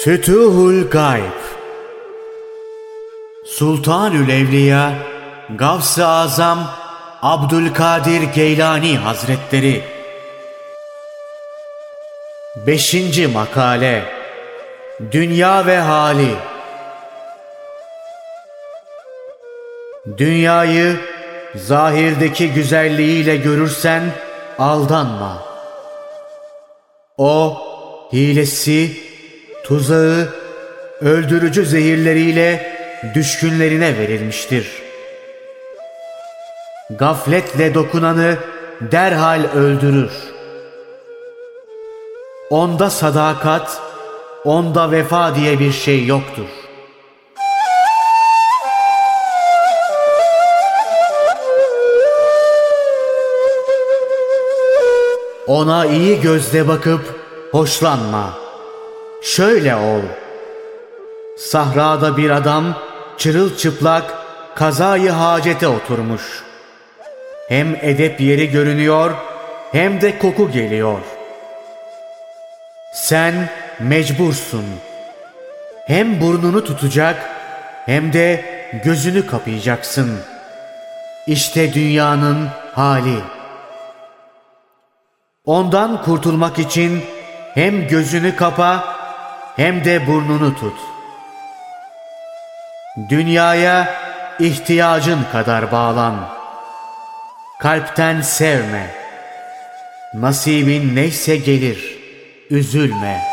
Fütuhul Gayb. Sultanül Evliya Gavs-ı Azam Abdülkadir Geylani Hazretleri. 5. Makale. Dünya ve hali. Dünyayı zahirdeki güzelliğiyle görürsen aldanma. O hilesi, tuzağı, öldürücü zehirleriyle düşkünlerine verilmiştir. Gafletle dokunanı derhal öldürür. Onda sadakat, onda vefa diye bir şey yoktur. Ona iyi gözle bakıp hoşlanma. Şöyle ol. Sahrada bir adam çırılçıplak kazayı hacete oturmuş. Hem edep yeri görünüyor hem de koku geliyor. Sen mecbursun. Hem burnunu tutacak hem de gözünü kapayacaksın. İşte dünyanın hali. Ondan kurtulmak için hem gözünü kapa hem de burnunu tut. Dünyaya ihtiyacın kadar bağlan. Kalpten sevme. Nasibin neyse gelir, üzülme.